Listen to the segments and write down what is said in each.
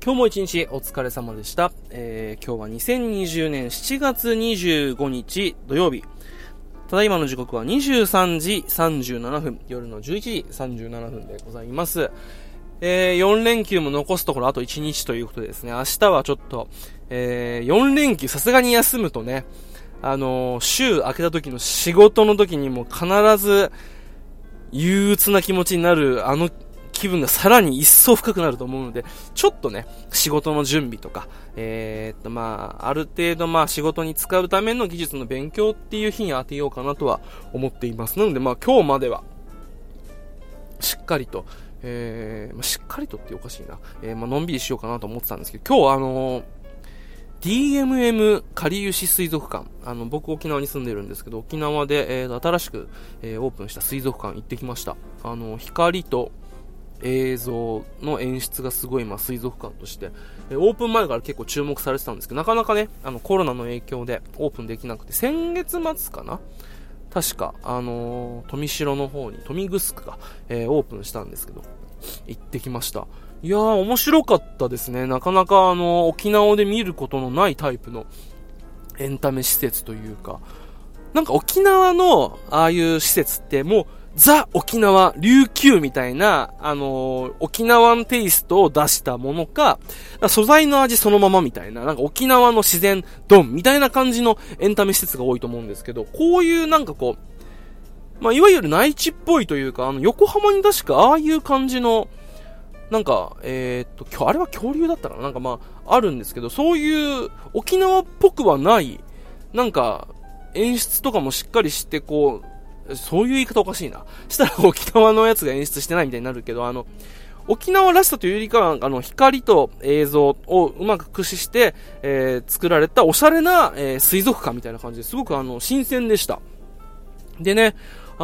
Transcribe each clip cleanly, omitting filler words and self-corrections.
今日も一日お疲れ様でした。今日は2020年7月25日土曜日。ただいまの時刻は23時37分、夜の11時37分でございます。4連休も残すところあと1日ということでですね、明日はちょっと、4連休さすがに休むとね、週明けた時の仕事の時にも必ず憂鬱な気持ちになる気分がさらに一層深くなると思うので、ちょっとね、仕事の準備とか、ある程度仕事に使うための技術の勉強っていう日に当てようかなとは思っています。なので今日までは、しっかりと、しっかりとっておかしいな、のんびりしようかなと思ってたんですけど、今日DMM かりゆし水族館、僕沖縄に住んでるんですけど、沖縄で、新しく、オープンした水族館行ってきました。光と映像の演出がすごい、水族館として、オープン前から結構注目されてたんですけど、なかなかね、コロナの影響でオープンできなくて、先月末かな確か、富城の方に、富城が、オープンしたんですけど、行ってきました。いやー、面白かったですね。なかなか沖縄で見ることのないタイプのエンタメ施設というか、なんか沖縄のああいう施設ってもう、ザ・沖縄、琉球みたいな、沖縄テイストを出したものか、素材の味そのままみたいな、なんか沖縄の自然ドンみたいな感じのエンタメ施設が多いと思うんですけど、こういうなんかこう、いわゆる内地っぽいというか、横浜に確かああいう感じの、なんか、あれは恐竜だったかななんかあるんですけど、そういう沖縄っぽくはない、なんか、演出とかもしっかりしてこう、そういう言い方おかしいな。したら沖縄のやつが演出してないみたいになるけど、沖縄らしさというよりかは、光と映像をうまく駆使して、作られたおしゃれな、水族館みたいな感じですごく新鮮でした。でね、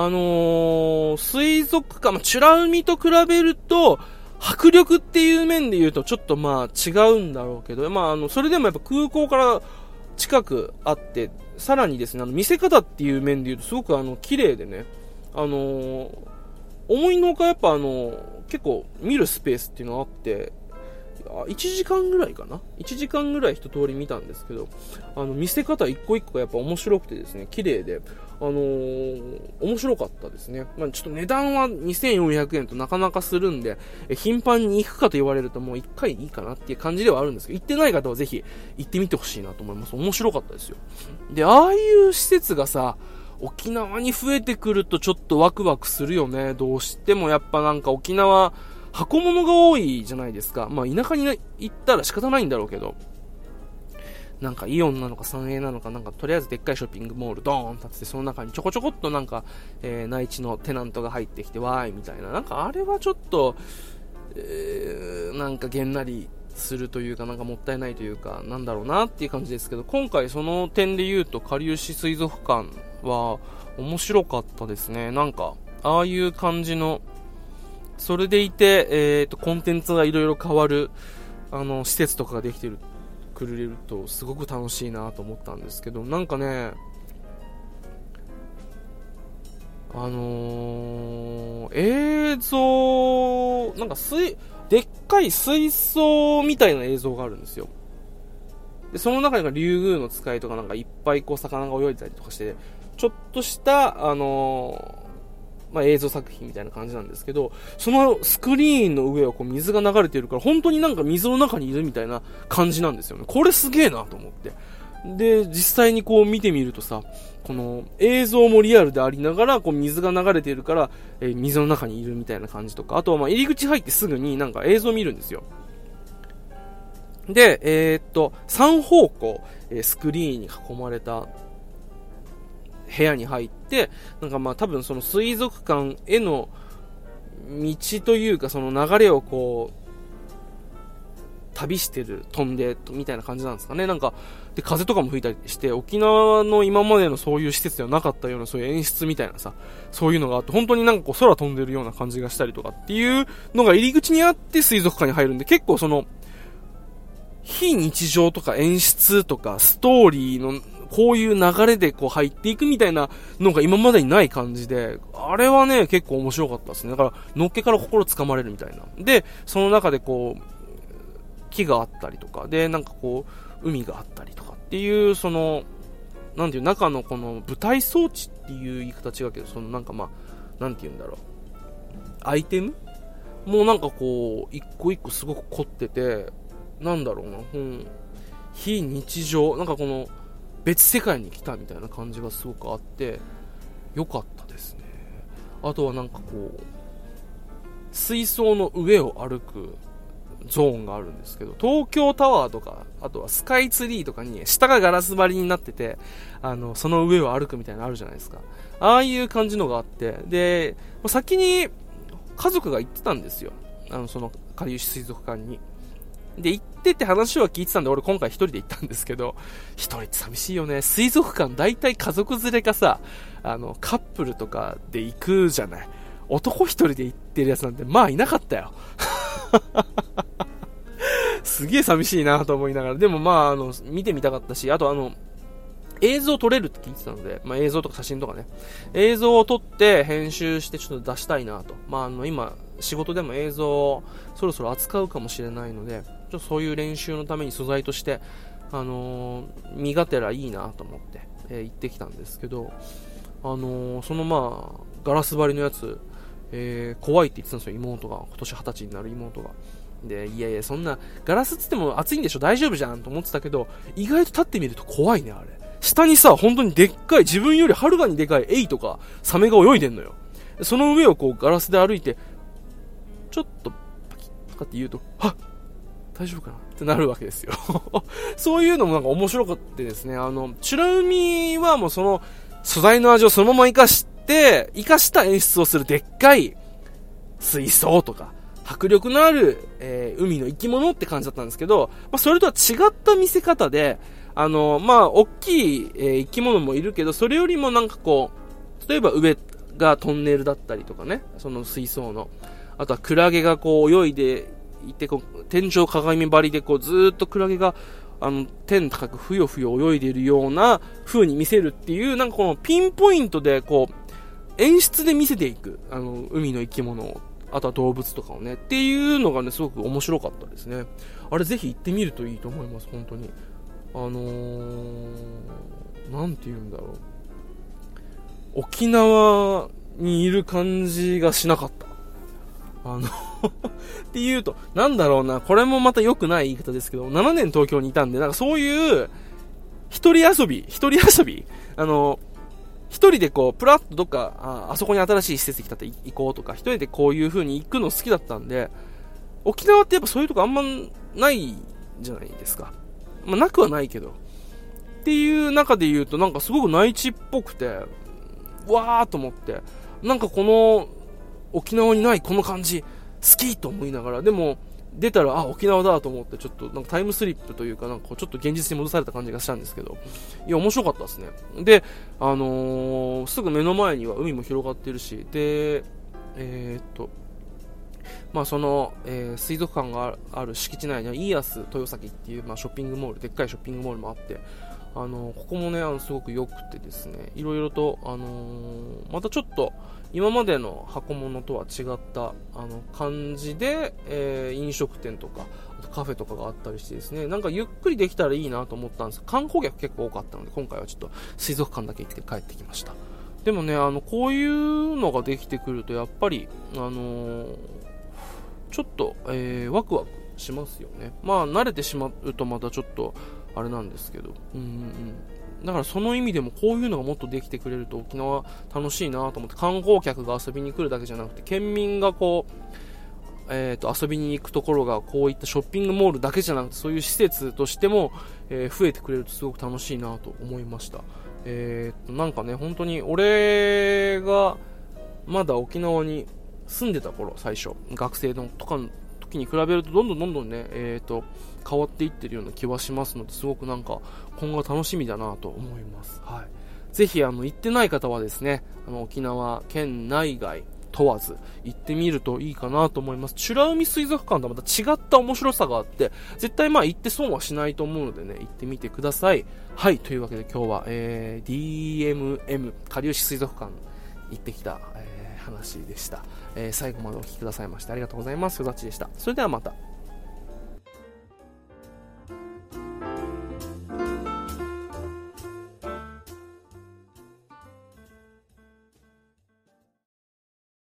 水族館、美ら海と比べると、迫力っていう面で言うとちょっと違うんだろうけど、それでもやっぱ空港から近くあって、さらにですね、見せ方っていう面で言うとすごく綺麗でね、思いのほかやっぱ結構見るスペースっていうのがあって、1時間ぐらいかな ?1 時間ぐらい一通り見たんですけど、見せ方一個一個がやっぱ面白くてですね、綺麗で、面白かったですね。ちょっと値段は2400円となかなかするんで、頻繁に行くかと言われるともう1回いいかなっていう感じではあるんですけど、行ってない方はぜひ行ってみてほしいなと思います。面白かったですよ。で、ああいう施設がさ、沖縄に増えてくるとちょっとワクワクするよね。どうしてもやっぱなんか沖縄、箱物が多いじゃないですか。田舎に行ったら仕方ないんだろうけど、なんかイオンなのか三栄なのかなんかとりあえずでっかいショッピングモールドーン立ってて、その中にちょこちょこっとなんか、内地のテナントが入ってきてわーいみたいな、なんかあれはちょっと、なんかげんなりするというか、なんかもったいないというか、なんだろうなっていう感じですけど、今回その点で言うとかりゆし水族館は面白かったですね。なんかああいう感じの、それでいて、コンテンツがいろいろ変わる、施設とかができてくれると、すごく楽しいなと思ったんですけど、なんかね、映像、なんかでっかい水槽みたいな映像があるんですよ。で、その中に竜宮の使いとかなんかいっぱい魚が泳いでたりとかして、ちょっとした、映像作品みたいな感じなんですけど、そのスクリーンの上を水が流れているから、本当になんか水の中にいるみたいな感じなんですよね。これすげえなと思って。で、実際に見てみるとさ、この映像もリアルでありながら、水が流れているから、水の中にいるみたいな感じとか、あとは入り口入ってすぐになんか映像を見るんですよ。で、3方向、スクリーンに囲まれた部屋に入って、なんか多分その水族館への道というか、その流れを旅してる、飛んでみたいな感じなんですかね。なんかで風とかも吹いたりして、沖縄の今までのそういう施設ではなかったようなそういう演出みたいなさ、そういうのがあって、本当になんか空飛んでるような感じがしたりとかっていうのが入り口にあって水族館に入るんで、結構その非日常とか演出とかストーリーのこういう流れで入っていくみたいなのが今までにない感じで、あれはね結構面白かったですね。だからのっけから心つかまれるみたいな。で、その中で木があったりとか、で、なんかこう、海があったりとかっていう、その、なんていう、中のこの舞台装置っていう言い方違うけど、そのなんかまあ、なんていうんだろう。アイテムもうなんかこう、一個一個すごく凝ってて、なんだろうな、非日常、なんかこの、別世界に来たみたいな感じがすごくあって、良かったですね。あとはなんかこう、水槽の上を歩くゾーンがあるんですけど、東京タワーとか、あとはスカイツリーとかに下がガラス張りになってて、その上を歩くみたいなのあるじゃないですか。ああいう感じのがあって、で、先に家族が行ってたんですよ。その、かりゆし水族館に。で、行ってて話は聞いてたんで、俺今回一人で行ったんですけど、一人って寂しいよね。水族館大体家族連れかさ、カップルとかで行くじゃない。男一人で行ってるやつなんて、まあいなかったよ。すげえ寂しいなと思いながら、でもまあ見てみたかったし、あと映像撮れるって聞いてたので、まあ映像とか写真とかね、映像を撮って編集してちょっと出したいなと。まあ今、仕事でも映像をそろそろ扱うかもしれないので、ちょっとそういう練習のために素材として、身がてらいいなと思って、行ってきたんですけど、そのまあ、ガラス張りのやつ、怖いって言ってたんですよ、妹が。今年20歳になる妹が。で、いやいや、そんな、ガラスっつっても暑いんでしょ、大丈夫じゃんと思ってたけど、意外と立ってみると怖いね、あれ。下にさ、本当にでっかい、自分よりはるかにでかいエイとか、サメが泳いでんのよ。その上をこう、ガラスで歩いて、ちょっと、パキッとかって言うと、はっ大丈夫かなってなるわけですよ。そういうのもなんか面白かったですね。美ら海はもうその、素材の味をそのまま活かした演出をするでっかい水槽とか、迫力のある、海の生き物って感じだったんですけど、まあ、それとは違った見せ方で、まあ、大きい、生き物もいるけど、それよりもなんかこう、例えば上がトンネルだったりとかね、その水槽の、あとはクラゲがこう泳いでいて、こう、天井鏡張りでこう、ずーっとクラゲが、天高くふよふよ泳いでいるような風に見せるっていう、なんかこのピンポイントでこう、演出で見せていく、海の生き物を、あとは動物とかをね、っていうのがね、すごく面白かったですね。あれぜひ行ってみるといいと思います、本当に。なんて言うんだろう。沖縄にいる感じがしなかった。っていうと、なんだろうな、これもまた良くない言い方ですけど、7年東京にいたんで、なんかそういう、一人遊び一人でこう、プラッとどっか、あそこに新しい施設来たって行こうとか、一人でこういう風に行くの好きだったんで、沖縄ってやっぱそういうとこあんまないじゃないですか。まあ、なくはないけど。っていう中で言うと、なんかすごく内地っぽくて、わーと思って、なんかこの、沖縄にないこの感じ、好きと思いながら、でも、出たら、沖縄だと思って、ちょっと、なんかタイムスリップというか、なんかちょっと現実に戻された感じがしたんですけど、いや、面白かったですね。で、すぐ目の前には海も広がってるし、で、まあその、水族館がある敷地内にはイーアス豊崎っていう、まあ、ショッピングモール、でっかいショッピングモールもあって、ここもね、すごく良くてですね、いろいろと、またちょっと、今までの箱物とは違った、感じで、飲食店とか、あとカフェとかがあったりしてですね、なんかゆっくりできたらいいなと思ったんです。観光客結構多かったので、今回はちょっと水族館だけ行って帰ってきました。でもね、こういうのができてくると、やっぱり、ちょっと、ワクワクしますよね。まあ、慣れてしまうとまたちょっと、あれなんですけど。だからその意味でもこういうのがもっとできてくれると沖縄楽しいなと思って、観光客が遊びに来るだけじゃなくて、県民がこう、遊びに行くところがこういったショッピングモールだけじゃなくて、そういう施設としても、増えてくれるとすごく楽しいなと思いました。なんかね、本当に俺がまだ沖縄に住んでた頃、最初、学生のとかの時に比べるとどんどんね、変わっていってるような気はしますので、すごくなんか今後楽しみだなと思います。はい。ぜひ行ってない方はですね、沖縄県内外問わず行ってみるといいかなと思います。美ら海水族館とはまた違った面白さがあって、絶対まあ行って損はしないと思うのでね、行ってみてください。はい。というわけで今日は、DMM かりゆし水族館行ってきた、話でした。最後までお聞きくださいましてありがとうございます。よだちでした。それではまた。